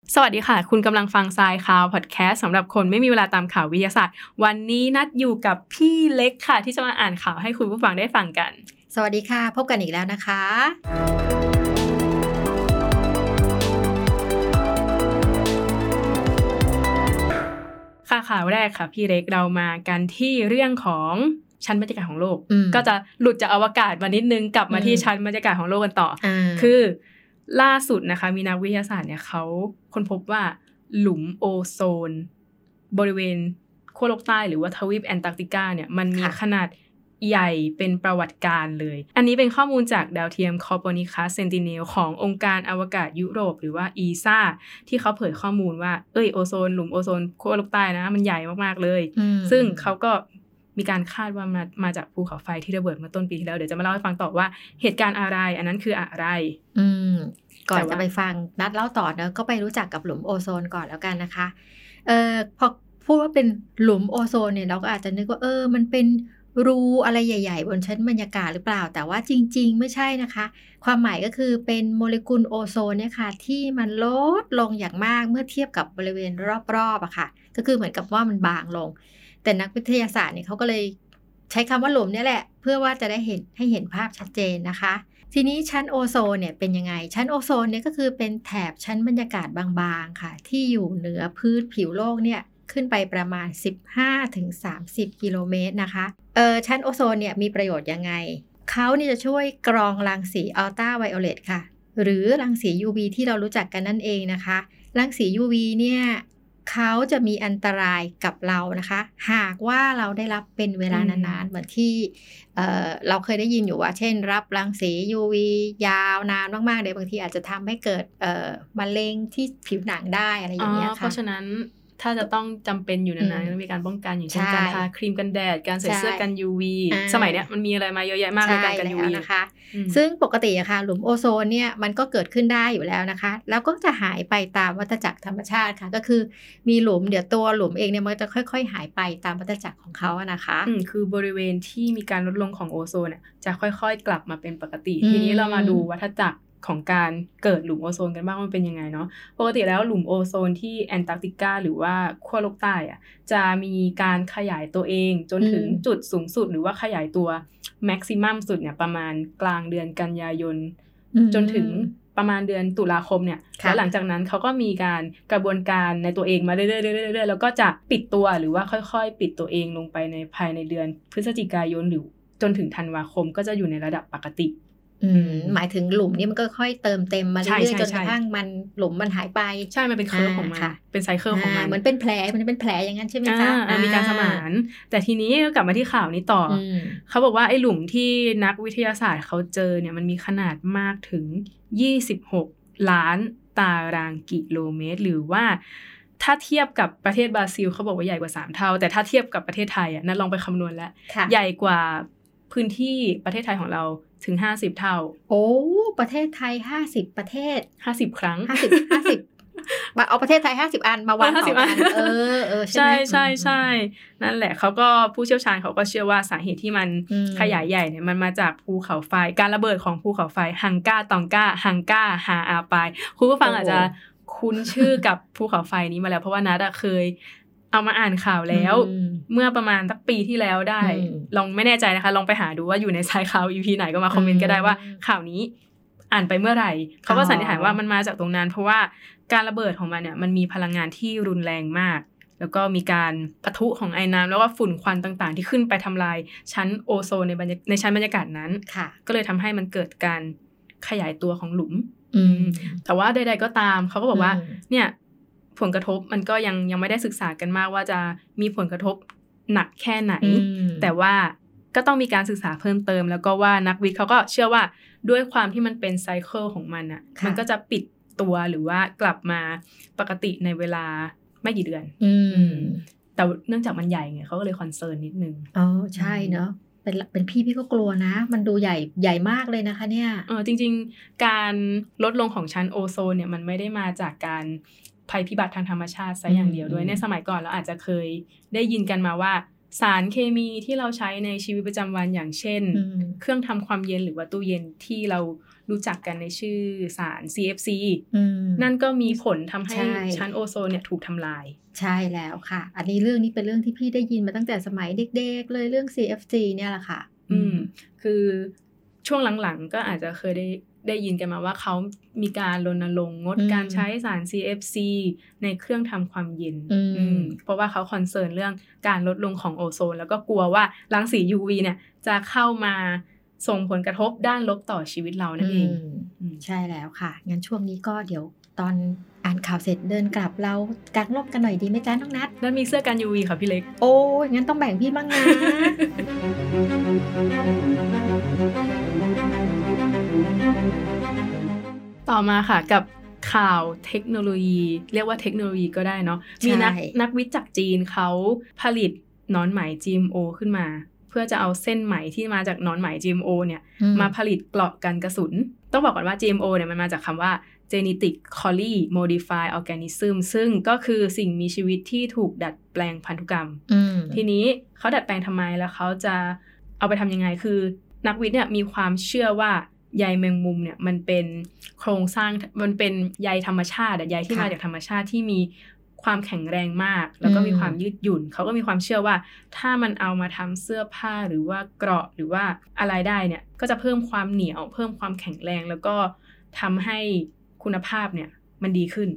สวัสดีค่ะคุณกำลังฟังทรายข่าวพอดแคสต์สำหรับคนไม่มีเวลาตามข่าววิทยาศาสตร์วันนี้นัดอยู่กับพี่เล็กค่ะที่จะมาอ่านข่าวให้คุณผู้ฟังได้ฟังกันสวัสดีค่ะพบกันอีกแล้วนะคะค่ะข่าวแรกค่ะพี่เล็กเรามากันที่เรื่องของชั้นบรรยากาศของโลกก็จะหลุดจากอวกาศมานิดนึงกลับมาที่ชั้นบรรยากาศของโลกกันต่อคือล่าสุดนะคะมีนักวิทยาศาสตร์เนี่ยเขาค้นพบว่าหลุมโอโซนบริเวณขั้วโลกใต้หรือว่าทวีปแอนตาร์กติกาเนี่ยมันมีขนาดใหญ่เป็นประวัติการเลยอันนี้เป็นข้อมูลจากดาวเทียม Copernicus Sentinel ขององค์การอวกาศยุโรปหรือว่า ESA ที่เขาเผยข้อมูลว่าโอโซนหลุมโอโซนขั้วโลกใต้นะมันใหญ่มากๆเลยซึ่งเขาก็มีการคาดว่ามาจากภูเขาไฟที่ระเบิดเมื่อต้นปีที่แล้วเดี๋ยวจะมาเล่าให้ฟังต่อว่าเหตุการณ์อะไรอันนั้นคืออะไรก่อนจะไปฟังนัดเล่าต่อเนอะก็ไปรู้จักกับหลุมโอโซนก่อนแล้วกันนะคะพอพูดว่าเป็นหลุมโอโซนเนี่ยเราก็อาจจะนึกว่ามันเป็นรูอะไรใหญ่ๆบนชั้นบรรยากาศหรือเปล่าแต่ว่าจริงๆไม่ใช่นะคะความหมายก็คือเป็นโมเลกุลโอโซนเนี่ยค่ะที่มันลดลงอย่างมากเมื่อเทียบกับบริเวณรอบๆอะค่ะก็คือเหมือนกับว่ามันบางลงแต่นักวิทยาศาสตร์เนี่ยเขาก็เลยใช้คำว่าหลุมนี่แหละเพื่อว่าจะได้เห็นภาพชัดเจนนะคะทีนี้ชั้นโอโซนเนี่ยเป็นยังไงชั้นโอโซนเนี่ยก็คือเป็นแถบชั้นบรรยากาศบางๆค่ะที่อยู่เหนือพื้นผิวโลกเนี่ยขึ้นไปประมาณ 15-30 กิโลเมตรนะคะชั้นโอโซนเนี่ยมีประโยชน์ยังไงเขาเนี่ยจะช่วยกรองรังสีอัลตราไวโอเลตค่ะหรือรังสี UV ที่เรารู้จักกันนั่นเองนะคะรังสี UV เนี่ยเขาจะมีอันตรายกับเรานะคะหากว่าเราได้รับเป็นเวลานานๆเหมือนที่เราเคยได้ยินอยู่ว่าเช่นรับรังสี UV ยาวนานมากๆเดี๋ยวบางทีอาจจะทำให้เกิดมะเร็งที่ผิวหนังได้อะไรอย่างเงี้ยค่ะเพราะฉะนั้นถ้าจะต้องจำเป็นอยู่นานๆต้องมีการป้องกันอย่างเช่นการทาครีมกันแดดการใส่เสื้อกัน UV สมัยเนี้ยมันมีอะไรมาเยอะแยะมากในการกัน UV นะคะซึ่งปกติอะค่ะหลุมโอโซนเนี่ยมันก็เกิดขึ้นได้อยู่แล้วนะคะแล้วก็จะหายไปตามวัฏจักรธรรมชาติค่ะก็คือมีหลุมเดี๋ยวตัวหลุมเองเนี่ยมันจะค่อยๆหายไปตามวัฏจักรของเขาอะนะคะคือบริเวณที่มีการลดลงของโอโซนจะค่อยๆกลับมาเป็นปกติทีนี้เรามาดูวัฏจักรของการเกิดหลุมโอโซนกันบ้างมันเป็นยังไงเนาะปกติแล้วหลุมโอโซนที่แอนตาร์กติกาหรือว่าขั้วโลกใต้จะมีการขยายตัวเองจนถึงจุดสูงสุดหรือว่าขยายตัวแม็กซิมัมสุดเนี่ยประมาณกลางเดือนกันยายนจนถึงประมาณเดือนตุลาคมเนี่ยแล้วหลังจากนั้นเขาก็มีการกระบวนการในตัวเองมาเรื่อยๆแล้วก็จะปิดตัวหรือว่าค่อยๆปิดตัวเองลงไปในภายในเดือนพฤศจิกายนหรือจนถึงธันวาคมก็จะอยู่ในระดับปกติหมายถึงหลุมนี่มันก็ค่อยเติมเต็มมาเรื่อยๆจนกระทั่งมันหลุมมันหายไปใช่มันเป็นเคอร์ฟของมันเป็นไซเคิลของมันเหมือนเป็นแผลมันเป็นแผลอย่างนั้นใช่ไหมคะมีการสมานแต่ทีนี้กลับมาที่ข่าวนี้ต่อเขาบอกว่าไอ้หลุมที่นักวิทยาศาสตร์เขาเจอเนี่ยมันมีขนาดมากถึง26 ล้านตารางกิโลเมตรหรือว่าถ้าเทียบกับประเทศบราซิลเขาบอกว่าใหญ่กว่า3เท่าแต่ถ้าเทียบกับประเทศไทยนั่นลองไปคำนวณแล้วใหญ่กว่าพื้นที่ประเทศไทยของเราถึง50 เท่าโอ้ประเทศไทย50ประเทศ 50 ครั้ง 50มาเอาประเทศไทย50อันมาวางต่อกันใช่นั่นแหละเขาก็ผู้เชี่ยวชาญเขาก็เชื่อว่าสาเหตุที่มันขยายใหญ่เนี่ยมันมาจากภูเขาไฟการระเบิดของภูเขาไฟฮังกาตองกาฮังกาฮาอาปายคุณผู้ฟังอาจจะคุ้นชื่อกับภูเขาไฟนี้มาแล้วเพราะว่านัดเคยเอามาอ่านข่าวแล้วเมื่อประมาณสักปีที่แล้วได้ลองไม่แน่ใจนะคะลองไปหาดูว่าอยู่ในสายข่าว EP ไหนก็มาคอมเมนต์ก็ได้ว่าข่าวนี้อ่านไปเมื่อไหร่เขาก็สันนิษฐานว่ามันมาจากตรงนั้นเพราะว่าการระเบิดของมันเนี่ยมันมีพลังงานที่รุนแรงมากแล้วก็มีการปะทุของไอน้ำแล้วก็ฝุ่นควันต่างๆที่ขึ้นไปทำลายชั้นโอโซนในชั้นบรรยากาศนั้นก็เลยทำให้มันเกิดการขยายตัวของหลุมแต่ว่าใดๆก็ตามเขาก็บอกว่าเนี่ยผลกระทบมันก็ยังไม่ได้ศึกษากันมากว่าจะมีผลกระทบหนักแค่ไหนแต่ว่าก็ต้องมีการศึกษาเพิ่มเติมแล้วก็ว่านักวิทย์เขาก็เชื่อว่าด้วยความที่มันเป็นไซเคิลของมันมันก็จะปิดตัวหรือว่ากลับมาปกติในเวลาไม่กี่เดือนแต่เนื่องจากมันใหญ่ไงเขาก็เลยคอนเซิร์นนิดนึงใช่เนาะเป็นพี่ก็กลัวนะมันดูใหญ่มากเลยนะคะเนี่ยจริงๆการลดลงของชั้นโอโซนเนี่ยมันไม่ได้มาจากการภัยพิบัติทางธรรมชาติซะอย่างเดียวด้วยในสมัยก่อนเราอาจจะเคยได้ยินกันมาว่าสารเคมีที่เราใช้ในชีวิตประจำวันอย่างเช่นเครื่องทำความเย็นหรือว่าตู้เย็นที่เรารู้จักกันในชื่อสาร CFC นั่นก็มีผลทำให้ชั้นโอโซนเนี่ยถูกทำลายใช่แล้วค่ะอันนี้เรื่องนี้เป็นเรื่องที่พี่ได้ยินมาตั้งแต่สมัยเด็กๆเลยเรื่อง CFC เนี่ยแหละค่ะคือช่วงหลังๆก็อาจจะเคยได้ยินกันมาว่าเขามีการรณรงค์งดการใช้สาร CFC ในเครื่องทำความเย็นเพราะว่าเขาคอนเซิร์นเรื่องการลดลงของโอโซนแล้วก็กลัวว่ารังสี UV เนี่ยจะเข้ามาส่งผลกระทบด้านลบต่อชีวิตเรานั่นเองใช่แล้วค่ะงั้นช่วงนี้ก็เดี๋ยวตอนอ่านข่าวเสร็จเดินกลับเรากางร่มกันหน่อยดีไหมจ๊ะน้องนัทแล้วมีเสื้อกัน UV ค่ะพี่เล็กโอ้ยงั้นต้องแบ่งพี่บ้างนะต่อมาค่ะกับข่าวเทคโนโลยีเรียกว่าเทคโนโลยีก็ได้เนาะมีนักวิจัยจากจีนเขาผลิตหนอนไหม GMO ขึ้นมาเพื่อจะเอาเส้นไหมที่มาจากหนอนไหม GMO เนี่ยมาผลิตเกราะกันกระสุนต้องบอกก่อนว่า GMO เนี่ยมันมาจากคำว่า Genetically Modified Organism ซึ่งก็คือสิ่งมีชีวิตที่ถูกดัดแปลงพันธุกรรมทีนี้เขาดัดแปลงทำไมแล้วเขาจะเอาไปทำยังไงคือนักวิทย์เนี่ยมีความเชื่อว่าใยแมงมุมเนี่ยมันเป็นโครงสร้างมันเป็นใยธรรมชาติใยที่มาจากธรรมชาติที่มีความแข็งแรงมากแล้วก็มีความยืดหยุ่นเขาก็มีความเชื่อว่าถ้ามันเอามาทำเสื้อผ้าหรือว่าเกราะหรือว่าอะไรได้เนี่ยก็จะเพิ่มความเหนียวเพิ่มความแข็งแรงแล้วก็ทำให้คุณภาพเนี่ยมันดีขึ้น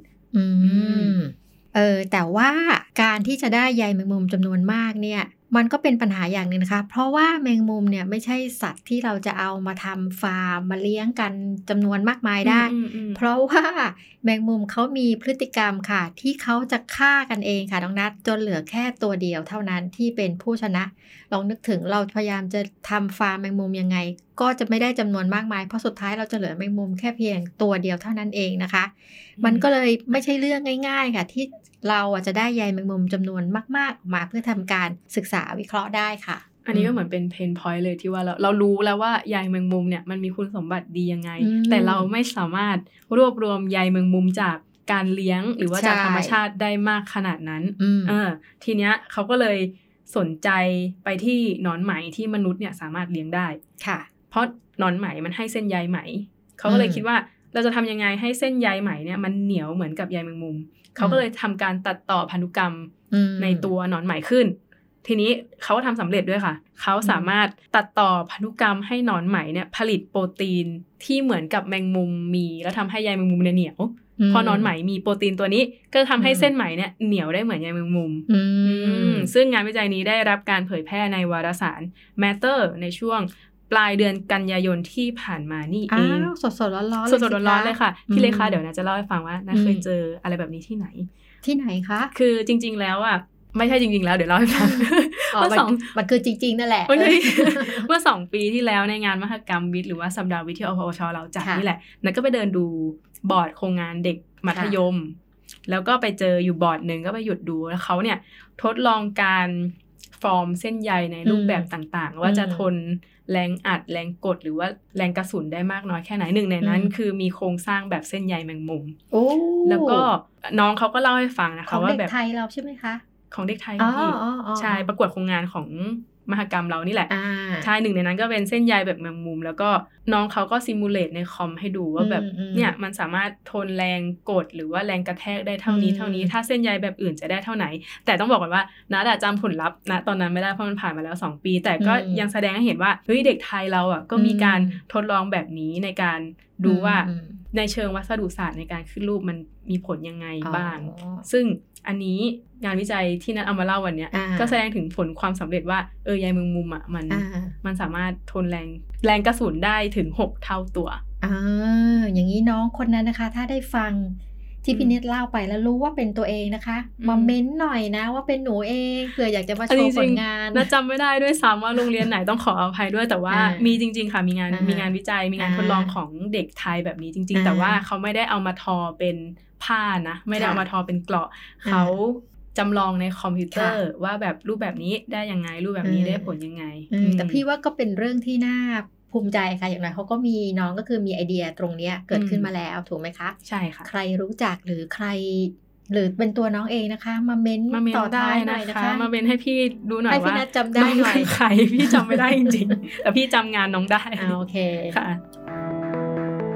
แต่ว่าการที่จะได้ใยแมงมุมจำนวนมากเนี่ยมันก็เป็นปัญหาอย่างนึงนะคะเพราะว่าแมงมุมเนี่ยไม่ใช่สัตว์ที่เราจะเอามาทำฟาร์มมาเลี้ยงกันจำนวนมากมายได้เพราะว่าแมงมุมเขามีพฤติกรรมค่ะที่เขาจะฆ่ากันเองค่ะน้องนัทจนเหลือแค่ตัวเดียวเท่านั้นที่เป็นผู้ชนะลองนึกถึงเราพยายามจะทำฟาร์มแมงมุมยังไงก็จะไม่ได้จำนวนมากมายเพราะสุดท้ายเราจะเหลือแมงมุมแค่เพียงตัวเดียวเท่านั้นเองนะคะมันก็เลยไม่ใช่เรื่องง่ายๆค่ะที่เราจะได้ใยแมงมุมจำนวนมากๆออกมาเพื่อทำการศึกษาวิเคราะห์ได้ค่ะอันนี้ก็เหมือนเป็นเพนพอยต์เลยที่ว่าเรารู้แล้วว่าใยแมงมุมเนี่ยมันมีคุณสมบัติดียังไงแต่เราไม่สามารถรวบรวมใยแมงมุมจากการเลี้ยงหรือว่าจากธรรมชาติได้มากขนาดนั้นทีเนี้ยเขาก็เลยสนใจไปที่หนอนไหมที่มนุษย์เนี่ยสามารถเลี้ยงได้ค่ะเพราะหนอนไหมมันให้เส้นใยไหมเขาก็เลยคิดว่าเราจะทำยังไงให้เส้นใยไหมเนี่ยมันเหนียวเหมือนกับใยแมงมุมเขาก็เลยทำการตัดต่อพันธุกรรมในตัวหนอนไหมขึ้นทีนี้เขาก็ทำสำเร็จด้วยค่ะเขาสามารถตัดต่อพันธุกรรมให้หนอนไหมเนี่ยผลิตโปรตีนที่เหมือนกับแมงมุมมีแล้วทำให้ใยแมงมุมเหนียวพอหนอนไหมมีโปรตีนตัวนี้ก็ทำให้เส้นไหมเนี่ยเหนียวได้เหมือนใยแมงมุมซึ่งงานวิจัยนี้ได้รับการเผยแพร่ในวารสาร Matter ในช่วงปลายเดือนกันยายนที่ผ่านมานี่เองสดๆร้อนๆสดๆร้อนๆเลยค่ะพี่เล็กคะเดี๋ยวนะจะเล่าให้ฟังว่าเคยเจออะไรแบบนี้ที่ไหนคะคือจริงๆแล้วอ่ะไม่ใช่จริงๆแล้วเดี๋ยวเล่าให้ฟังมันคือจริงๆนั่นแหละเมื่อ2 ปีที่แล้วในงานมหกรรมวิทย์หรือว่าสัปดาห์วิทย์ที่อพวช.เราจัดนี่แหละนัทก็ไปเดินดูบอร์ดโครงงานเด็กมัธยมแล้วก็ไปเจออยู่บอร์ดนึงก็ไปหยุดดูแล้วเขาเนี่ยทดลองการฟอร์มเส้นใยในรูปแบบต่างๆว่าจะทนแรงอัดแรงกดหรือว่าแรงกระสุนได้มากน้อยแค่ไหนหนึ่งในนั้นคือมีโครงสร้างแบบเส้นใยแมงมุมแล้วก็น้องเขาก็เล่าให้ฟังนะคะว่าแบบของเด็กไทยเราใช่ไหมคะของเด็กไทยพี่ใช่ประกวดโครงงานของมหกรรมเรานี่แหละใช่หนึ่งในนั้นก็เป็นเส้นใยแบบแมงมุมแล้วก็น้องเขาก็ซิมูเลตในคอมให้ดูว่าแบบเนี่ยมันสามารถทนแรงกดหรือว่าแรงกระแทกได้เท่านี้ถ้าเส้นใยแบบอื่นจะได้เท่าไหนแต่ต้องบอกก่อนว่าณจำผลลัพธ์ณตอนนั้นไม่ได้เพราะมันผ่านมาแล้ว2 ปีแต่ก็ยังแสดงให้เห็นว่าเฮ้ยเด็กไทยเราอ่ะก็มีการทดลองแบบนี้ในการดูว่าในเชิงวัสดุศาสตร์ในการขึ้นรูปมันมีผลยังไงบ้างซึ่งอันนี้งานวิจัยที่นัทเอามาเล่าวันนี้ก็แสดงถึงผลความสำเร็จว่าใยแมงมุมอ่ะมันสามารถทนแรงกระสุนได้ถึง6 เท่าตัวอย่างนี้น้องคนนั้นนะคะถ้าได้ฟังที่พี่เนตเล่าไปแล้วรู้ว่าเป็นตัวเองนะคะมาเม้นหน่อยนะว่าเป็นหนูเองเผื่ออยากจะมาโชว์ผลงานน่าจำไม่ได้ด้วยซ้ำว่าโรงเรียนไหนต้องขออภัยด้วยแต่ว่ามีจริงๆค่ะมีงานวิจัยมีงานทดลองของเด็กไทยแบบนี้จริงๆแต่ว่าเขาไม่ได้เอามาทอเป็นผ้านะไม่ได้เอามาทอเป็นเกราะเขาจำลองในคอมพิวเตอร์ว่าแบบรูปแบบนี้ได้ยังไงรูปแบบนี้ได้ผลยังไงแต่พี่ว่าก็เป็นเรื่องที่น่าภูมิใจค่ะอย่างไรเขาก็มีน้องก็คือมีไอเดียตรงนี้เกิดขึ้นมาแล้วถูกไหมคะใช่ค่ะใครรู้จักหรือใครหรือเป็นตัวน้องเองนะคะมาเม้นต่อท้ายหน่อยนะคะมาเม้นให้พี่ดูหน่อยว่าให้พี่นัทจำได้หน่อยใครพี่จำไม่ได้จริงๆแต่พี่จำงานน้องได้โอเคค่ะ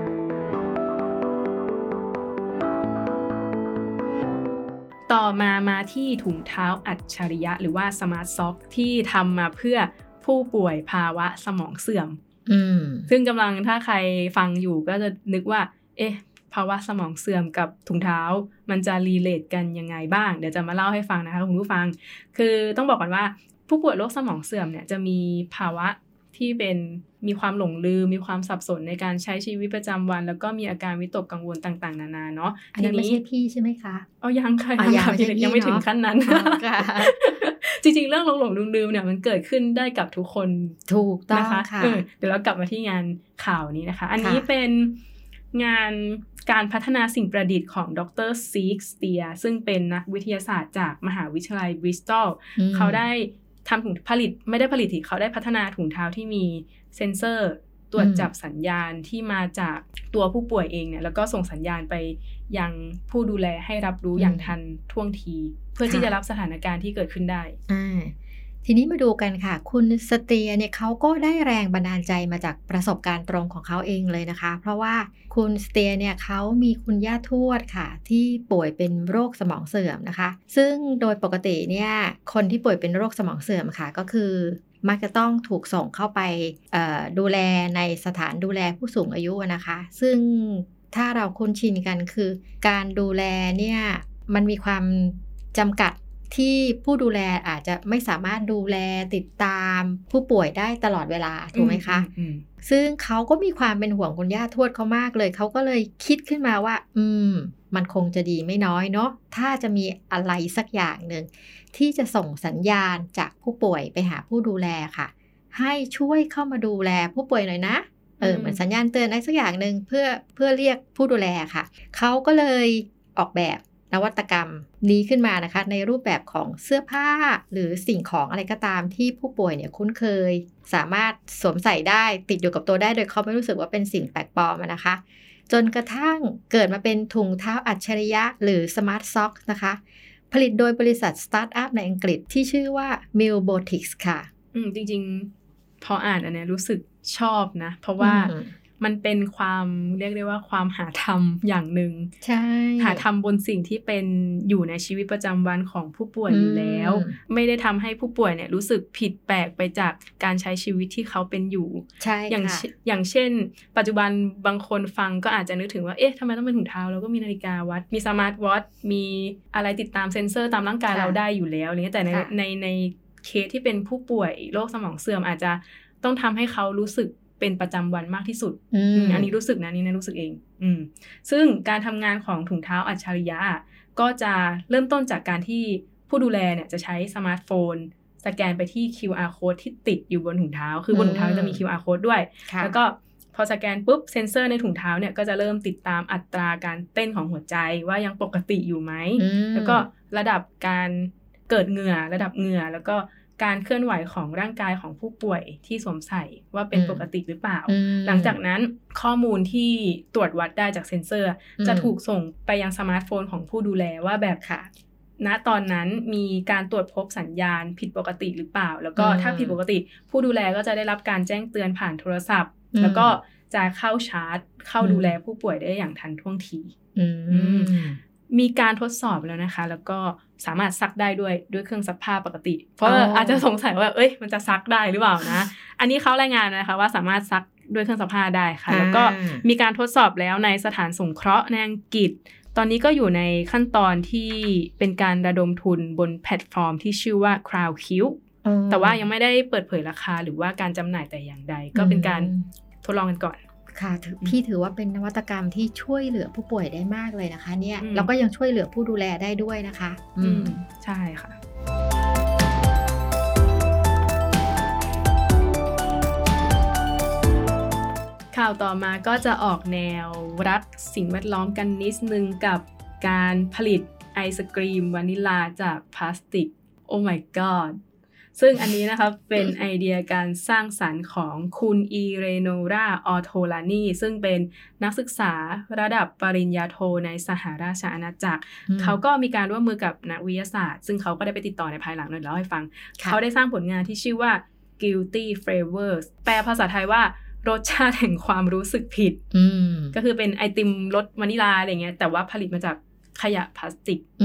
ต่อมาที่ถุงเท้าอัจฉริยะหรือว่า Smart Sock ที่ทำมาเพื่อผู้ป่วยภาวะสมองเสื่อมซึ่งกำลังถ้าใครฟังอยู่ก็จะนึกว่าภาวะสมองเสื่อมกับถุงเท้ามันจะรีเลทกันยังไงบ้างเดี๋ยวจะมาเล่าให้ฟังนะคะคุณผู้ฟังคือต้องบอกก่อนว่าผู้ป่วยโรคสมองเสื่อมเนี่ยจะมีภาวะที่มีความหลงลืมมีความสับสนในการใช้ชีวิตประจำวันแล้วก็มีอาการวิตกกังวลต่างๆนานาเนาะอันนี้ไม่ใช่พี่ใช่ไหมคะยังค่ะยังไม่ถึงขั้นนั้นจริงๆเรื่องหลงลืมเนี่ยมันเกิดขึ้นได้กับทุกคนถูกต้องนะคะเดี๋ยวเรากลับมาที่งานข่าวนี้นะคะอันนี้เป็นงานการพัฒนาสิ่งประดิษฐ์ของดร.ซีกสเตียซึ่งเป็นนักวิทยาศาสตร์จากมหาวิทยาลัยบริสตอลเขาได้ทำถุงไม่ได้ผลิตเขาได้พัฒนาถุงเท้าที่มีเซ็นเซอร์ตรวจจับสัญญาณที่มาจากตัวผู้ป่วยเองเนี่ยแล้วก็ส่งสัญญาณไปยังผู้ดูแลให้รับรู้อย่างทันท่วงทีเพื่อที่จะรับสถานการณ์ที่เกิดขึ้นได้ทีนี้มาดูกันค่ะคุณสเตียเนี่ยเขาก็ได้แรงบันดาลใจมาจากประสบการณ์ตรงของเขาเองเลยนะคะเพราะว่าคุณสเตียเนี่ยเขามีคุณย่าทวดค่ะที่ป่วยเป็นโรคสมองเสื่อมนะคะซึ่งโดยปกติเนี่ยคนที่ป่วยเป็นโรคสมองเสื่อมค่ะก็คือมักจะต้องถูกส่งเข้าไปดูแลในสถานดูแลผู้สูงอายุนะคะซึ่งถ้าเราคุ้นชินกันคือการดูแลเนี่ยมันมีความจำกัดที่ผู้ดูแลอาจจะไม่สามารถดูแลติดตามผู้ป่วยได้ตลอดเวลาถูกไหมคะซึ่งเขาก็มีความเป็นห่วงคุณย่าทวดเขามากเลยเขาก็เลยคิดขึ้นมาว่ามันคงจะดีไม่น้อยเนาะถ้าจะมีอะไรสักอย่างหนึ่งที่จะส่งสัญญาณจากผู้ป่วยไปหาผู้ดูแลค่ะให้ช่วยเข้ามาดูแลผู้ป่วยหน่อยนะเหมือนสัญญาณเตือนอะไรสักอย่างหนึ่งเพื่อเรียกผู้ดูแลค่ะเขาก็เลยออกแบบนวัตกรรมนี้ขึ้นมานะคะในรูปแบบของเสื้อผ้าหรือสิ่งของอะไรก็ตามที่ผู้ป่วยเนี่ยคุ้นเคยสามารถสวมใส่ได้ติดอยู่กับตัวได้โดยเขาไม่รู้สึกว่าเป็นสิ่งแปลกปลอมนะคะจนกระทั่งเกิดมาเป็นถุงเท้าอัจฉริยะหรือ Smart Sock นะคะผลิตโดยบริษัทสตาร์ทอัพในอังกฤษที่ชื่อว่า Milbotics ค่ะจริงๆพออ่านอันนี้รู้สึกชอบนะเพราะว่ามันเป็นความเรียกได้ว่าความหาธรรมอย่างหนึ่งใช่หาธรรมบนสิ่งที่เป็นอยู่ในชีวิตประจำวันของผู้ป่วยอยู่แล้วไม่ได้ทำให้ผู้ป่วยเนี่ยรู้สึกผิดแปลกไปจากการใช้ชีวิตที่เขาเป็นอยู่ใช่อย่างเช่นปัจจุบันบางคนฟังก็อาจจะนึกถึงว่าทำไมต้องเป็นถุงเท้าแล้วก็มีนาฬิกาวัดมีสมาร์ทวอทช์มีอะไรติดตามเซ็นเซอร์ตามร่างกายเราได้อยู่แล้วอะไรเงี้ยแต่ในเคสที่เป็นผู้ป่วยโรคสมองเสื่อมอาจจะต้องทำให้เขารู้สึกเป็นประจำวันมากที่สุดอันนี้รู้สึกนะนี่นะรู้สึกเองซึ่งการทำงานของถุงเท้าอัจฉริยะก็จะเริ่มต้นจากการที่ผู้ดูแลเนี่ยจะใช้สมาร์ทโฟนสแกนไปที่ QR code ที่ติดอยู่บนถุงเท้าคือบนถุงเท้าจะมี QR code ด้วยแล้วก็พอสแกนปุ๊บเซ็นเซอร์ในถุงเท้าเนี่ยก็จะเริ่มติดตามอัตราการเต้นของหัวใจว่ายังปกติอยู่ไหมแล้วก็ระดับการเกิดเหงื่อระดับเหงื่อแล้วก็การเคลื่อนไหวของร่างกายของผู้ป่วยที่สวมใส่ว่าเป็นปกติหรือเปล่าหลังจากนั้นข้อมูลที่ตรวจวัดได้จากเซ็นเซอร์จะถูกส่งไปยังสมาร์ทโฟนของผู้ดูแลว่าแบบณตอนนั้นมีการตรวจพบสัญญาณผิดปกติหรือเปล่าแล้วก็ถ้าผิดปกติผู้ดูแลก็จะได้รับการแจ้งเตือนผ่านโทรศัพท์แล้วก็จะเข้าชาร์จเข้าดูแลผู้ป่วยได้อย่างทันท่วงทีมีการทดสอบแล้วนะคะแล้วก็สามารถซักได้ด้วยเครื่องซักผ้าปกติเพราะอาจจะสงสัยว่ามันจะซักได้หรือเปล่านะอันนี้เขารายงานนะคะว่าสามารถซักด้วยเครื่องซักผ้าได้ค่ะแล้วก็มีการทดสอบแล้วในสถานสงเคราะห์ในอังกฤษตอนนี้ก็อยู่ในขั้นตอนที่เป็นการระดมทุนบนแพลตฟอร์มที่ชื่อว่า Crowdcube แต่ว่ายังไม่ได้เปิดเผยราคาหรือว่าการจำหน่ายแต่อย่างใดก็เป็นการทดลองกันก่อนค่ะพี่ถือว่าเป็นนวัตกรรมที่ช่วยเหลือผู้ป่วยได้มากเลยนะคะเนี่ยแล้วก็ยังช่วยเหลือผู้ดูแลได้ด้วยนะคะใช่ค่ะข่าวต่อมาก็จะออกแนวรักสิ่งแวดล้อมกันนิดนึงกับการผลิตไอศกรีมวานิลลาจากพลาสติกโอ้ my god ซึ่งอันนี้นะคะเป็นไอเดียการสร้างสรรค์ของคุณอีเรโนราออโทลานีซึ่งเป็นนักศึกษาระดับปริญญาโทในสหราชอาณาจักรเขาก็มีการร่วมมือกับนักวิทยาศาสตร์ซึ่งเขาก็ได้ไปติดต่อในภายหลังหน่อยเล่าให้ฟังเขาได้สร้างผลงานที่ชื่อว่า Guilty Flavors แปลภาษาไทยว่ารสชาติแห่งความรู้สึกผิดก็คือเป็นไอติมรสวานิลลาอะไรเงี้ยแต่ว่าผลิตมาจากขยะพลาสติกมัน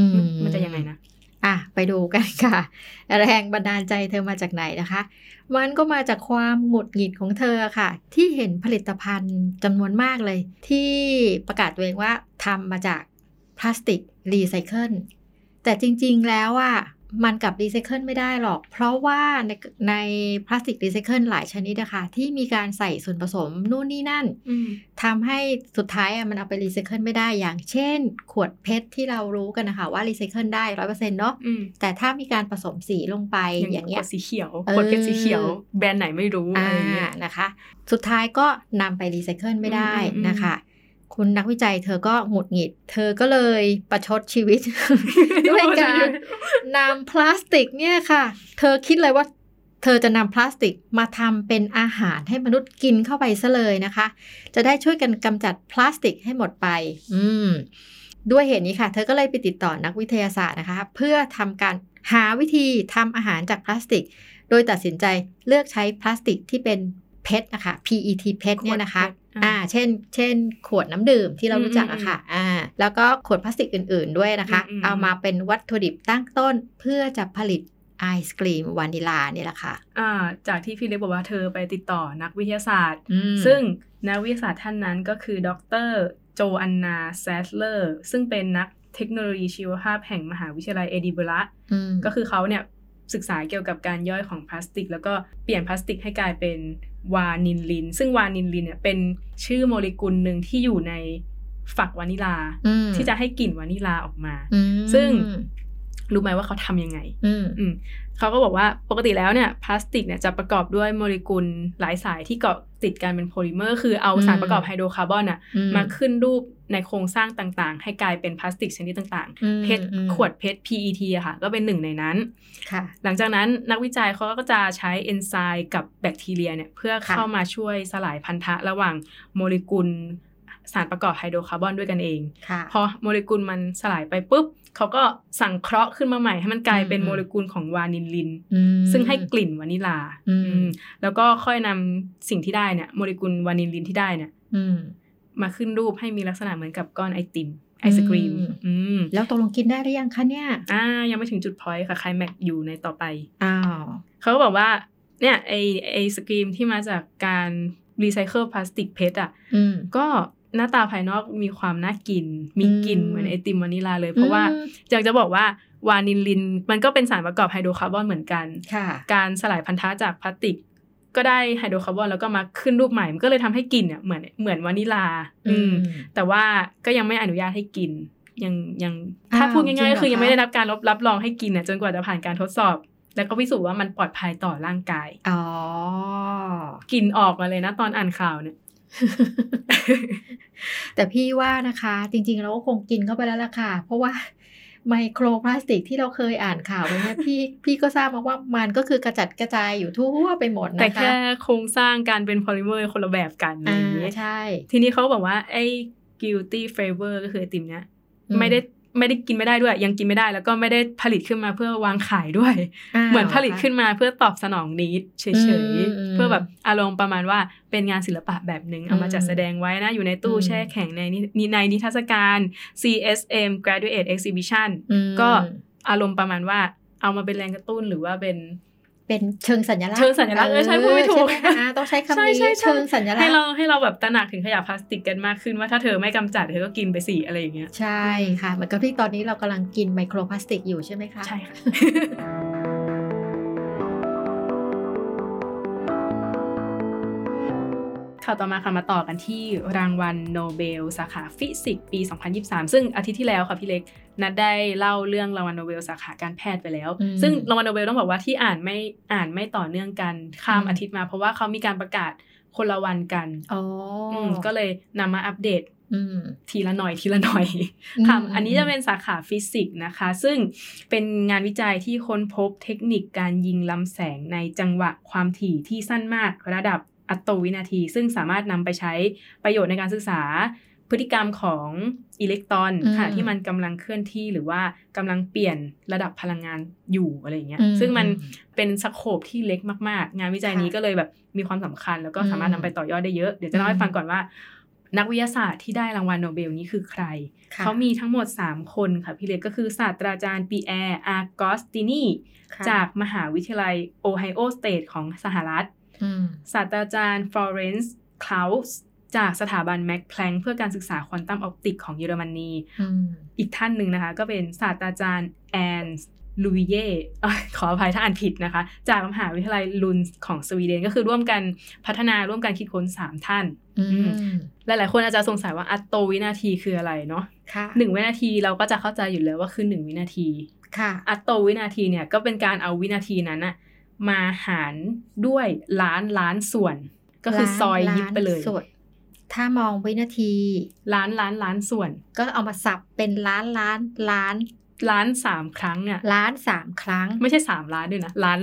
มันจะยังไงนะไปดูกันค่ะแรงบันดาลใจเธอมาจากไหนนะคะมันก็มาจากความหงุดหงิดของเธอค่ะที่เห็นผลิตภัณฑ์จำนวนมากเลยที่ประกาศตัวเองว่าทำมาจากพลาสติกรีไซเคิลแต่จริงๆแล้วมันกับรีไซเคิลไม่ได้หรอกเพราะว่าในพลาสติกรีไซเคิลหลายชนิดนะคะที่มีการใส่ส่วนผสมนู่นนี่นั่นทำให้สุดท้ายมันเอาไปรีไซเคิลไม่ได้อย่างเช่นขวดเพชรที่เรารู้กันนะคะว่ารีไซเคิลได้ 100% เนาะแต่ถ้ามีการผสมสีลงไปอย่างเงี้ยสีเขียวขวดเพชรสีเขียวแบรนด์ไหนไม่รู้อะไรเงี้ยนะคะสุดท้ายก็นำไปรีไซเคิลไม่ได้นะคะคุณนักวิจัยเธอก็หงุดหงิดเธอก็เลยประชดชีวิต ด้วยการนำพลาสติกเนี่ยค่ะเธอคิดเลยว่าเธอจะนำพลาสติกมาทำเป็นอาหารให้มนุษย์กินเข้าไปซะเลยนะคะจะได้ช่วยกันกำจัดพลาสติกให้หมดไปด้วยเหตุนี้ค่ะเธอก็เลยไปติดต่อนักวิทยาศาสตร์นะคะเพื่อทำการหาวิธีทำอาหารจากพลาสติกโดยตัดสินใจเลือกใช้พลาสติกที่เป็นเพชรนะคะ PET เพชรเนี่ยนะคะเช่นขวดน้ำดื่มที่เรารู้จักอะค่ะแล้วก็ขวดพลาสติกอื่นๆด้วยนะคะเอามาเป็นวัตถุดิบตั้งต้นเพื่อจะผลิตไอศกรีมวานิลาเนี่ยแหละค่ะจากที่พี่เล็กบอกว่าเธอไปติดต่อนักวิทยาศาสตร์ซึ่งนักวิทยาศาสตร์ท่านนั้นก็คือดร.โจอันนาแซสเลอร์ซึ่งเป็นนักเทคโนโลยีชีวภาพแห่งมหาวิทยาลัยเอดินบะระก็คือเขาเนี่ยศึกษาเกี่ยวกับการย่อยของพลาสติกแล้วก็เปลี่ยนพลาสติกให้กลายเป็นวานิลลินซึ่งวานิลลินเนี่ยเป็นชื่อโมเลกุลหนึ่งที่อยู่ในฝักวานิลาที่จะให้กลิ่นวานิลาออกมาซึ่งรู้ไหมว่าเขาทำยังไงเขาก็บอกว่าปกติแล้วเนี่ยพลาสติกเนี่ยจะประกอบด้วยโมเลกุลหลายสายที่เกาะติดกันเป็นโพลิเมอร์คือเอาสารประกอบไฮโดรคาร์บอนมาขึ้นรูปในโครงสร้างต่างๆให้กลายเป็นพลาสติกชนิดต่างๆเพชรขวดเพชร PET อะค่ะก็เป็นหนึ่งในนั้นหลังจากนั้นนักวิจัยเขาก็จะใช้เอนไซม์กับแบคทีเรียเนี่ยเพื่อเข้ามาช่วยสลายพันธะระหว่างโมเลกุลสารประกอบไฮโดรคาร์บอนด้วยกันเองพอโมเลกุลมันสลายไปปุ๊บเขาก็สังเคราะห์ขึ้นมาใหม่ให้มันกลายเป็นโมเลกุลของวานิลลินซึ่งให้กลิ่นวานิลาแล้วก็ค่อยนำสิ่งที่ได้เนี่ยโมเลกุลวานิลลินที่ได้เนี่ยมาขึ้นรูปให้มีลักษณะเหมือนกับก้อนไอติมไอศกรีมแล้วตกลงกินได้หรือยังคะเนี่ยยังไม่ถึงจุดพอยต์ค่ะไคลแม็กซ์อยู่ในต่อไปเขาก็บอกว่าเนี่ยไอศกรีมที่มาจากการรีไซเคิลพลาสติกเพชรก็หน้าตาภายนอกมีความน่ากินมีกลิ่นเหมือนไอติมวานิลาเลยเพราะว่าอยากจะบอกว่าวานิลลินมันก็เป็นสารประกอบไฮโดรคาร์บอนเหมือนกันการสลายพันธะจากพลาสติกก็ได้ไฮโดรคาร์บอนแล้วก็มาขึ้นรูปใหม่มันก็เลยทำให้กลิ่นเนี่ยเหมือนวานิลาแต่ว่าก็ยังไม่อนุญาตให้กินยังถ้าพูดง่ายๆก็คือยังไม่ได้รับการรับรองให้กินเนี่ยจนกว่าจะผ่านการทดสอบแล้วก็พิสูจน์ว่ามันปลอดภัยต่อร่างกายกลิ่นออกมาเลยนะตอนอ่านข่าวเนี่ยแต่พี่ว่านะคะจริงๆเราก็คงกินเข้าไปแล้วล่ะค่ะเพราะว่าไมโครพลาสติกที่เราเคยอ่านข่าวเนี่ยพี่ก็ทราบมาว่ามันก็คือกระจัดกระจายอยู่ทั่วไปหมดนะคะแต่แค่โครงสร้างการเป็นโพลิเมอร์คนละแบบกันอย่างนี้ใช่ทีนี้เขาบอกว่าไอ้ guilty flavor ก็คือไอติมเนี้ยไม่ได้กินไม่ได้ด้วยยังกินไม่ได้แล้วก็ไม่ได้ผลิตขึ้นมาเพื่อวางขายด้วยเหมือนผลิตขึ้นมาเพื่อตอบสนองนิดเฉยๆเพื่อแบบอารมณ์ประมาณว่าเป็นงานศิลปะแบบนึงเอามาจัดแสดงไว้นะอยู่ในตู้แช่แข็งในนิทรรศการ CSM Graduate Exhibition ก็อารมณ์ประมาณว่าเอามาเป็นแรงกระตุ้นหรือว่าเป็นเชิงสัญลักษณ์ใช่พูดไม่ถูกต้องใช้คำนี้เชิงสัญลักษณ์ให้เราแบบตระหนักถึงขยะพลาสติกกันมากขึ้นว่าถ้าเธอไม่กำจัดเธอก็กินไปสิอะไรอย่างเงี้ยใช่ค่ะเหมือนกับที่ตอนนี้เรากำลังกินไมโครพลาสติกอยู่ใช่ไหมคะใช่ค่ะข่าวต่อมาค่ะมาต่อกันที่รางวัลโนเบลสาขาฟิสิกส์ปี2023ซึ่งอาทิตย์ที่แล้วค่ะพี่เล็กนัดได้เล่าเรื่องรางวัลโนเบลสาขาการแพทย์ไปแล้วซึ่งรางวัลโนเบลต้องบอกว่าที่อ่านไม่ต่อเนื่องกันข้ามอาทิตย์มาเพราะว่าเขามีการประกาศคนละวันกันก็เลยนำมาอัปเดตทีละหน่อยค่ะอันนี้จะเป็นสาขาฟิสิกส์นะคะซึ่งเป็นงานวิจัยที่ค้นพบเทคนิคการยิงลำแสงในจังหวะความถี่ที่สั้นมากระดับอัตโตวินาทีซึ่งสามารถนำไปใช้ประโยชน์ในการศึกษาพฤติกรรมของอิเล็กตรอนขณะที่มันกำลังเคลื่อนที่หรือว่ากำลังเปลี่ยนระดับพลังงานอยู่อะไรอย่างเงี้ยซึ่งมันเป็นสโคปที่เล็กมากๆงานวิจัยนี้ก็เลยแบบมีความสำคัญแล้วก็สามารถนำไปต่อยอดได้เยอะเดี๋ยวจะเล่าให้ฟังก่อนว่านักวิทยาศาสตร์ที่ได้รางวัลโนเบลนี้คือใครเขามีทั้งหมด3คนค่ะพี่เล็กก็คือศาสตราจารย์ปีแอร์อากอสตินีจากมหาวิทยาลัยโอไฮโอสเตทของสหรัฐศาสตราจารย์ฟลอเรนซ์คลาวส์จากสถาบันแม็กแพลงก์เพื่อการศึกษาควอนตัมออปติกของเยอรมนีอีกท่านหนึ่งนะคะก็เป็นศาสตราจารย์แอนลูวิเย่ขออภัยถ้าอ่านผิดนะคะจากมหาวิทยาลัยลุนส์ของสวีเดนก็คือร่วมกันพัฒนาร่วมกันคิดค้น3ท่านหลายๆคนอาจจะสงสัยว่าอัตโตวินาทีคืออะไรเนาะ1วินาทีเราก็จะเข้าใจอยู่แล้วว่าคือ1วินาทีอัตโตวินาทีเนี่ยก็เป็นการเอาวินาทีนั้นนะมาหารด้วยล้านส่วนก็คือซอยยิบไปเลยถ้ามองวินาทีล้านส่วนก็เอามาสับเป็นล้าน 3 ครั้งอ่ะล้าน3ครั้งไม่ใช่3ล้านด้วยนะล้าน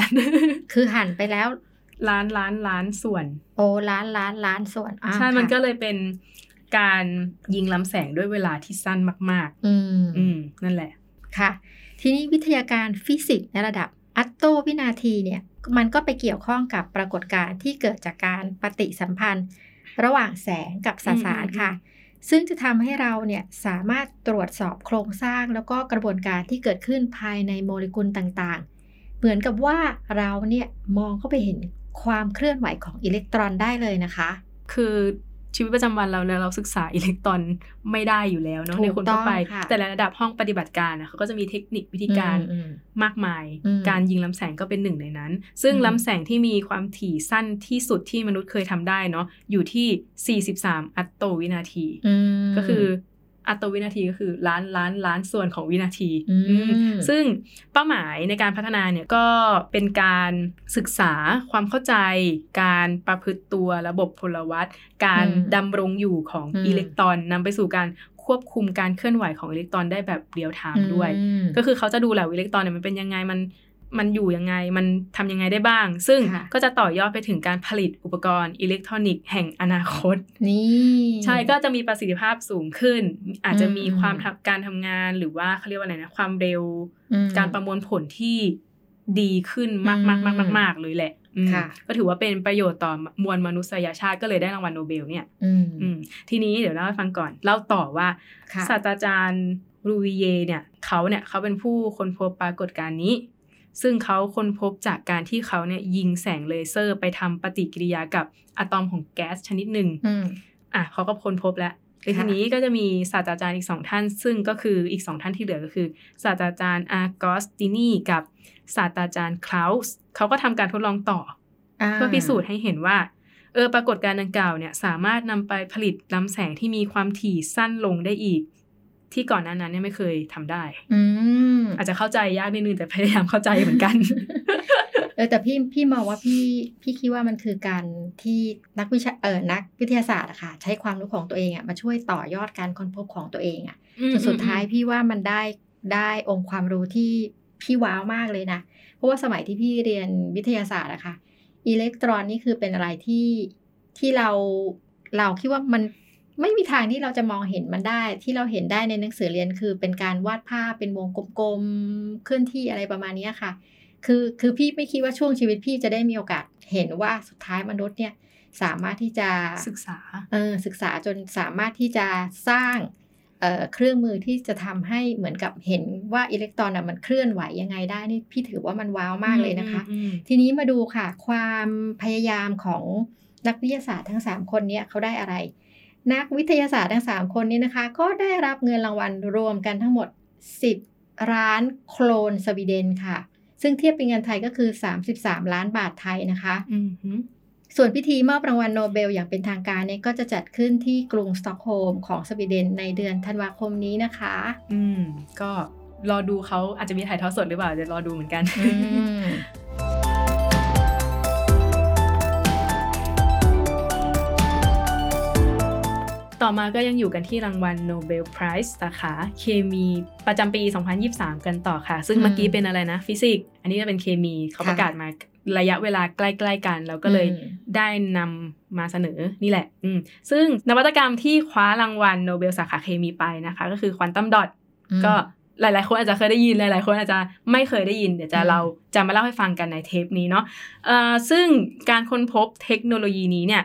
คือหันไปแล้วล้านส่วนโอ้ล้านส่วนใช่มันก็เลยเป็นการยิงลำแสงด้วยเวลาที่สั้นมากๆนั่นแหละค่ะทีนี้วิทยาการฟิสิกส์ในระดับอัตโตวินาทีเนี่ยมันก็ไปเกี่ยวข้องกับปรากฏการณ์ที่เกิดจากการปฏิสัมพันธ์ระหว่างแสงกับสสารค่ะซึ่งจะทำให้เราเนี่ยสามารถตรวจสอบโครงสร้างแล้วก็กระบวนการที่เกิดขึ้นภายในโมเลกุลต่างๆเหมือนกับว่าเราเนี่ยมองเข้าไปเห็นความเคลื่อนไหวของอิเล็กตรอนได้เลยนะคะคือชีวิตประจำวันเราศึกษาอิเล็กตรอนไม่ได้อยู่แล้วเนาะในคนทั่วไปแต่ระดับห้องปฏิบัติการเขาก็จะมีเทคนิควิธีการมากมายการยิงลำแสงก็เป็นหนึ่งในนั้นซึ่งลำแสงที่มีความถี่สั้นที่สุดที่มนุษย์เคยทำได้เนาะอยู่ที่43อัตโตวินาทีก็คืออัตโตวินาทีก็คือล้านส่วนของวินาทีซึ่งเป้าหมายในการพัฒนาเนี่ยก็เป็นการศึกษาความเข้าใจการประพฤติตัวระบบพลวัตการดำรงอยู่ของอิเล็กตรอนนำไปสู่การควบคุมการเคลื่อนไหวของอิเล็กตรอนได้แบบเรียลไทม์ด้วยก็คือเขาจะดูแลอิเล็กตรอนเนี่ยมันเป็นยังไงมันอยู่ยังไงมันทำยังไงได้บ้างซึ่งก็จะต่อยอดไปถึงการผลิตอุปกรณ์อิเล็กทรอนิกส์แห่งอนาคตนี่ใช่ก็จะมีประสิทธิภาพสูงขึ้นอาจจะมีความการทำงานหรือว่าเขาเรียกว่าอะไรนะความเร็วการประมวลผลที่ดีขึ้นมากเลยแหละก็ถือว่าเป็นประโยชน์ต่อมวลมนุษยชาติก็เลยได้รางวัลโนเบลเนี่ยทีนี้เดี๋ยวเล่าให้ฟังก่อนเล่าต่อว่าศาสตราจารย์รูวิเยเนี่ยเขาเป็นผู้ค้นพบปรากฏการณ์นี้ซึ่งเขาค้นพบจากการที่เขาเนี่ยยิงแสงเลเซอร์ไปทำปฏิกิริยากับอะตอมของแก๊สชนิดหนึ่งเขาก็ค้นพบแล้วทีนี้ก็จะมีศาสตราจารย์อีก2ท่านซึ่งก็คืออีก2ท่านที่เหลือก็คือศาสตราจารย์อากอสตินีกับศาสตราจารย์คลาวส์เขาก็ทำการทดลองต่อเพื่อพิสูจน์ให้เห็นว่าปรากฏการณ์ดังกล่าวเนี่ยสามารถนำไปผลิตลำแสงที่มีความถี่สั้นลงได้อีกที่ก่อนหน้านั้นเนี่ยไม่เคยทำได้อาจจะเข้าใจยากนิดนึงแต่พยายามเข้าใจเหมือนกันแต่พี่มองว่าพี่คิดว่ามันคือการที่นักวิทยาศาสตร์อะค่ะใช้ความรู้ของตัวเองอะมาช่วยต่อยอดการค้นพบของตัวเองอะจนสุดท้ายพี่ว่ามันได้องค์ความรู้ที่พี่ว้าวมากเลยนะเพราะว่าสมัยที่พี่เรียนวิทยาศาสตร์อะค่ะอิเล็กตรอนนี่คือเป็นอะไรที่เราคิดว่ามันไม่มีทางที่เราจะมองเห็นมันได้ที่เราเห็นได้ในหนังสือเรียนคือเป็นการวาดภาพเป็นวงกลมๆเคลื่อนที่อะไรประมาณนี้ค่ะคือพี่ไม่คิดว่าช่วงชีวิตพี่จะได้มีโอกาสเห็นว่าสุดท้ายมนุษย์เนี่ยสามารถที่จะศึกษาจนสามารถที่จะสร้างเครื่องมือที่จะทำให้เหมือนกับเห็นว่าอิเล็กตรอนมันเคลื่อนไหวยังไงได้นี่พี่ถือว่ามันว้าวมากเลยนะคะทีนี้มาดูค่ะความพยายามของนักวิทยาศาสตร์ทั้ง3คนนี้เขาได้อะไรนักวิทยาศาสตร์ทั้ง3คนนี้นะคะก็ได้รับเงินรางวัลรวมกันทั้งหมด10 ล้านโครนสวีเดนค่ะซึ่งเทียบเป็นเงินไทยก็คือ33ล้านบาทไทยนะคะส่วนพิธีมอบรางวัลโนเบลอย่างเป็นทางการเนี่ยก็จะจัดขึ้นที่กรุงสต็อกโฮล์มของสวีเดนในเดือนธันวาคมนี้นะคะก็รอดูเขาอาจจะมีถ่ายทอดสดหรือเปล่าเดี๋ยวรอดูเหมือนกันต่อมาก็ยังอยู่กันที่รางวัล Nobel Prize สาขาเคมีประจำปี 2023 กันต่อค่ะซึ่งเมื่อกี้เป็นอะไรนะฟิสิกส์อันนี้จะเป็นเคมีเขาประกาศมาระยะเวลาใกล้ๆกันแล้วก็เลยได้นำมาเสนอนี่แหละซึ่งนวัตกรรมที่คว้ารางวัลโนเบลสาขาเคมีไปนะคะก็คือควอนตัมดอทก็หลายๆคนอาจจะเคยได้ยินหลายๆคนอาจจะไม่เคยได้ยินเดี๋ยวเราจะมาเล่าให้ฟังกันในเทปนี้เนาะซึ่งการค้นพบเทคโนโลยีนี้เนี่ย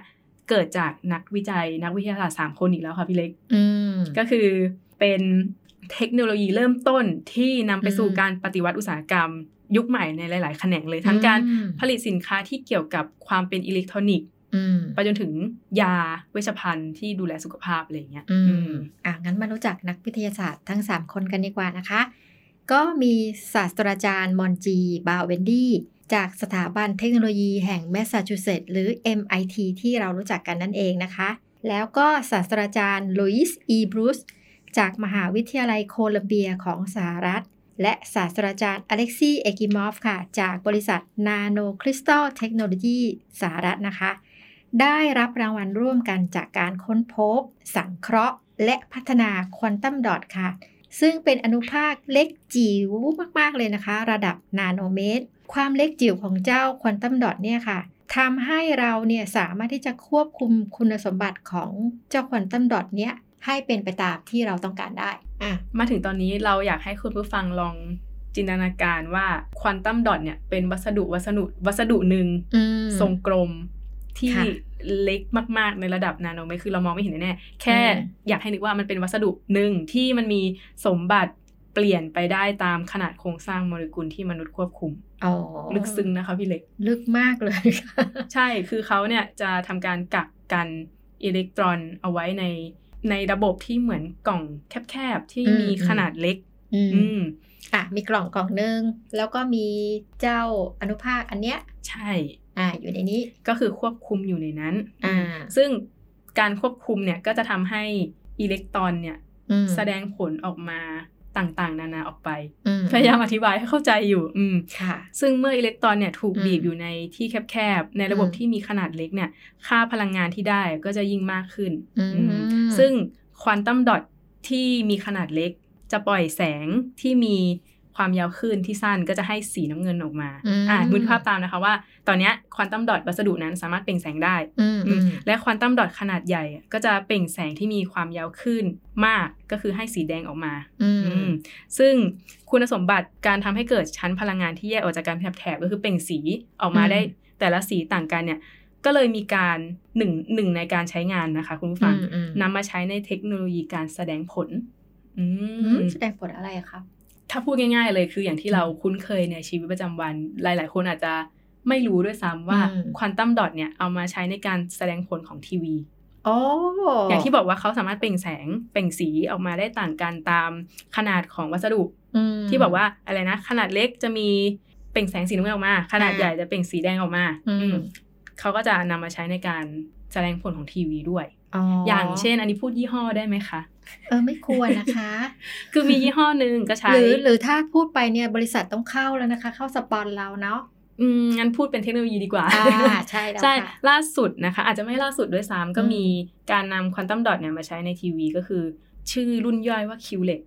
เกิดจากนักวิจัยนักวิทยาศาสตร์3คนอีกแล้วค่ะพี่เล็กก็คือเป็นเทคโนโลยีเริ่มต้นที่นำไปสู่การปฏิวัติอุตสาหกรรมยุคใหม่ในหลายๆแขนงเลยทั้งการผลิตสินค้าที่เกี่ยวกับความเป็นอิเล็กทรอนิกส์ไปจนถึงยาเวชภัณฑ์ที่ดูแลสุขภาพอะไรอย่างเงี้ยงั้นมารู้จักนักวิทยาศาสตร์ทั้ง3คนกันดีกว่านะคะก็มีศาสตราจารย์มอนจีบาวเวนดี้จากสถาบันเทคโนโลยีแห่งแมสซาชูเซตส์หรือ MIT ที่เรารู้จักกันนั่นเองนะคะแล้วก็ศาสตราจารย์ลุยส์อีบรูซจากมหาวิทยาลัยโคลัมเบียของสหรัฐและศาสตราจารย์อเล็กซีเอกิมอฟค่ะจากบริษัทนาโนคริสตัลเทคโนโลยีสหรัฐนะคะได้รับรางวัลร่วมกันจากการค้นพบสังเคราะห์และพัฒนาควอนตัมดอทค่ะซึ่งเป็นอนุภาคเล็กจิ๋วมากๆเลยนะคะระดับนาโนเมตรความเล็กจิ๋วของเจ้าควอนตัมดอทเนี่ยค่ะทำให้เราเนี่ยสามารถที่จะควบคุมคุณสมบัติของเจ้าควอนตัมดอทเนี้ยให้เป็นไปตามที่เราต้องการได้มาถึงตอนนี้เราอยากให้คุณผู้ฟังลองจินตนาการว่าควอนตัมดอทเนี่ยเป็นวัสดุหนึ่งทรงกลมที่เล็กมากๆในระดับนาโนเมตรคือเรามองไม่เห็นแน่ๆแค่อยากให้นึกว่ามันเป็นวัสดุหนึ่งที่มันมีสมบัติเปลี่ยนไปได้ตามขนาดโครงสร้างโมเลกุลที่มนุษย์ควบคุมลึกซึ้งนะคะพี่เล็กลึกมากเลยค่ะใช่คือเขาเนี่ยจะทำการกักกันอิเล็กตรอนเอาไว้ในระบบที่เหมือนกล่องแคบๆที่มีขนาดเล็กมีกล่องนึงแล้วก็มีเจ้าอนุภาคอันเนี้ยใช่อยู่ในนี้ก็คือควบคุมอยู่ในนั้นซึ่งการควบคุมเนี่ยก็จะทำให้อิเล็กตรอนเนี่ยแสดงผลออกมาต่างๆนานาออกไปพยายามอธิบายให้เข้าใจอยู่ซึ่งเมื่ออิเล็กตรอนเนี่ยถูกบีบอยู่ในที่แคบๆในระบบที่มีขนาดเล็กเนี่ยค่าพลังงานที่ได้ก็จะยิ่งมากขึ้นซึ่งควอนตัมดอทที่มีขนาดเล็กจะปล่อยแสงที่มีความยาวคลื่นที่สั้นก็จะให้สีน้ำเงินออกมานึกภาพตามนะคะว่าตอนนี้ควอนตัมดอทวัสดุนั้นสามารถเปล่งแสงได้และควอนตัมดอทขนาดใหญ่ก็จะเปล่งแสงที่มีความยาวคลื่นมากก็คือให้สีแดงออกมาซึ่งคุณสมบัติการทำให้เกิดชั้นพลังงานที่แยกออกจากกันแถบก็คือเปล่งสีออกมาได้แต่ละสีต่างกันเนี่ยก็เลยมีการหนึ่งในการใช้งานนะคะคุณผู้ฟังนำมาใช้ในเทคโนโลยีการแสดงผลแสดงผลอะไรครับถ้าพูดง่ายๆเลยคืออย่างที่เราคุ้นเคยในชีวิตประจำวันหลายๆคนอาจจะไม่รู้ด้วยซ้ำว่าควอนตัมดอทเนี่ยเอามาใช้ในการแสดงผลของทีวีอย่างที่บอกว่าเขาสามารถเปล่งแสงเปล่งสีออกมาได้ต่างกันตามขนาดของวัสดุที่บอกว่าอะไรนะขนาดเล็กจะมีเปล่งแสงสีน้ำเงินออกมาขนาดใหญ่จะเปล่งสีแดงออกมาเขาก็จะนำมาใช้ในการแสดงผลของทีวีด้วยอย่างเช่นอันนี้พูดยี่ห้อได้ไหมคะไม่ควรนะคะคือมียี่ห้อนึงก็ใช้หรือถ้าพูดไปเนี่ยบริษัทต้องเข้าแล้วนะคะเข้าสปอนเราเนาะงั้นพูดเป็นเทคโนโลยีดีกว่าใช่แล้วใช่ล่าสุดนะคะอาจจะไม่ล่าสุดด้วยซ้ำก็มีการนำควอนตัมดอทเนี่ยมาใช้ในทีวีก็คือชื่อรุ่นย่อยว่า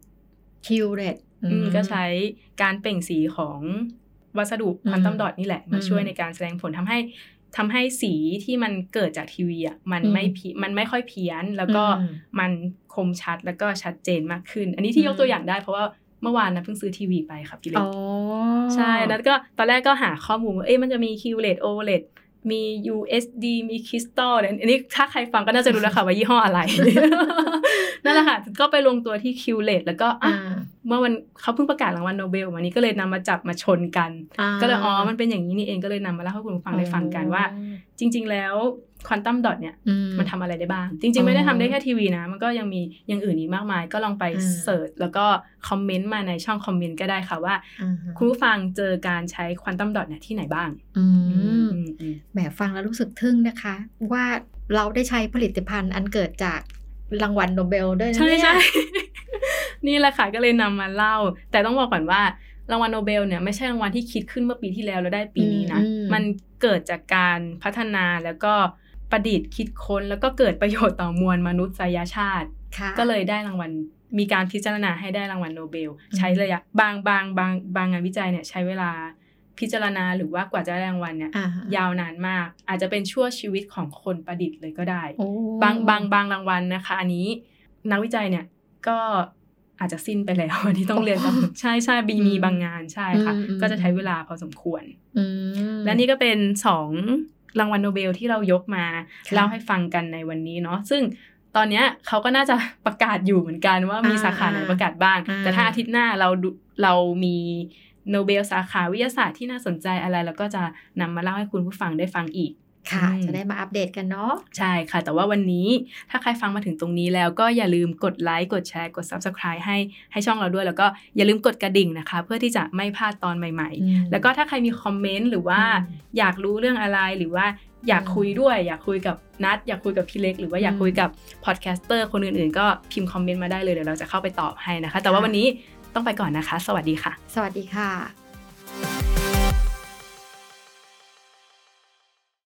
QLED ก็ใช้การเปล่งสีของวัสดุควอนตัมดอทนี่แหละมาช่วยในการแสดงผลทำให้สีที่มันเกิดจากทีวีอ่ะมันไม่ค่อยเพี้ยนแล้วก็มันคมชัดแล้วก็ชัดเจนมากขึ้นอันนี้ที่ยกตัวอย่างได้เพราะว่าเมื่อวานนะเพิ่งซื้อทีวีไปค่ะพี่เล็กใช่แล้วก็ตอนแรกก็หาข้อมูลว่ามันจะมี QLED OLED มี USD มี Crystal อันนี้ถ้าใครฟังก็น่าจะรู้แล้วค่ะว่ายี่ห้ออะไร นั่นแหละค่ะก็ไปลงตัวที่ QLED แล้วก็เมื่อวันเขาเพิ่งประกาศรางวัลโนเบลวันนี้ก็เลยนำมาจับมาชนกันก็เลยมันเป็นอย่างนี้นี่เองก็เลยนำมาเล่าให้คุณผู้ฟังได้ฟังกันว่าจริงๆแล้วควอนตัมดอทเนี่ยมันทำอะไรได้บ้างจริงๆไม่ได้ทำได้แค่ทีวีนะมันก็ยังมีอย่างอื่นอีกมากมายก็ลองไปเสิร์ชแล้วก็คอมเมนต์มาในช่องคอมเมนต์ก็ได้ค่ะว่าคุณผู้ฟังเจอการใช้ควอนตัมดอทเนี่ยที่ไหนบ้างแหมฟังแล้วรู้สึกทึ่งนะคะว่าเราได้ใช้ผลิตภัณฑ์อันเกิดจากรางวัลโนเบลด้วยนะใช่ๆ นี่แหละค่ะก็เลยนำมาเล่าแต่ต้องบอกก่อนว่ารางวัลโนเบลเนี่ยไม่ใช่รางวัลที่คิดขึ้นเมื่อปีที่แล้วได้ปีนี้นะมันเกิดจากการพัฒนาแล้วก็ประดิษฐ์คิดค้นแล้วก็เกิดประโยชน์ต่อมวลมนุษยชาติก็เลยได้รางวัลมีการพิจารณาให้ได้รางวัลโนเบลใช้ระยะบางงานวิจัยเนี่ยใช้เวลาพิจารณาหรือว่ากว่าจะได้รางวัลเนี่ยยาวนานมากอาจจะเป็นชั่วชีวิตของคนประดิษฐ์เลยก็ได้บางรางวัลนะคะอันนี้นักวิจัยเนี่ยก็อาจจะสิ้นไปแล้วอันนี้ต้องเรียนกันใช่ๆมีบางงานใช่ค่ะก็จะใช้เวลาพอสมควรและนี่ก็เป็น2 รางวัลโนเบลที่เรายกมาเล่าให้ฟังกันในวันนี้เนาะซึ่งตอนนี้เขาก็น่าจะประกาศอยู่เหมือนกันว่ามีสาขาไหนประกาศบ้างแต่ถ้าอาทิตย์หน้าเรามีโนเบลสาขาวิทยาศาสตร์ที่น่าสนใจอะไรแล้วก็จะนำมาเล่าให้คุณผู้ฟังได้ฟังอีกค่ะจะได้มาอัปเดตกันเนาะใช่ค่ะแต่ว่าวันนี้ถ้าใครฟังมาถึงตรงนี้แล้วก็อย่าลืมกดไลค์กดแชร์กด Subscribe ให้ช่องเราด้วยแล้วก็อย่าลืมกดกระดิ่งนะคะเพื่อที่จะไม่พลาดตอนใหม่ๆแล้วก็ถ้าใครมีคอมเมนต์หรือว่าอยากรู้เรื่องอะไรหรือว่าอยากคุยด้วยอยากคุยกับนัทอยากคุยกับพี่เล็กหรือว่าอยากคุยกับพอดแคสเตอร์คนอื่นๆก็พิมพ์คอมเมนต์มาได้เลยเดี๋ยวเราจะเข้าไปตอบให้นะคะแต่ว่าวันนี้ต้องไปก่อนนะคะสวัสดีค่ะสวัสดีค่ะ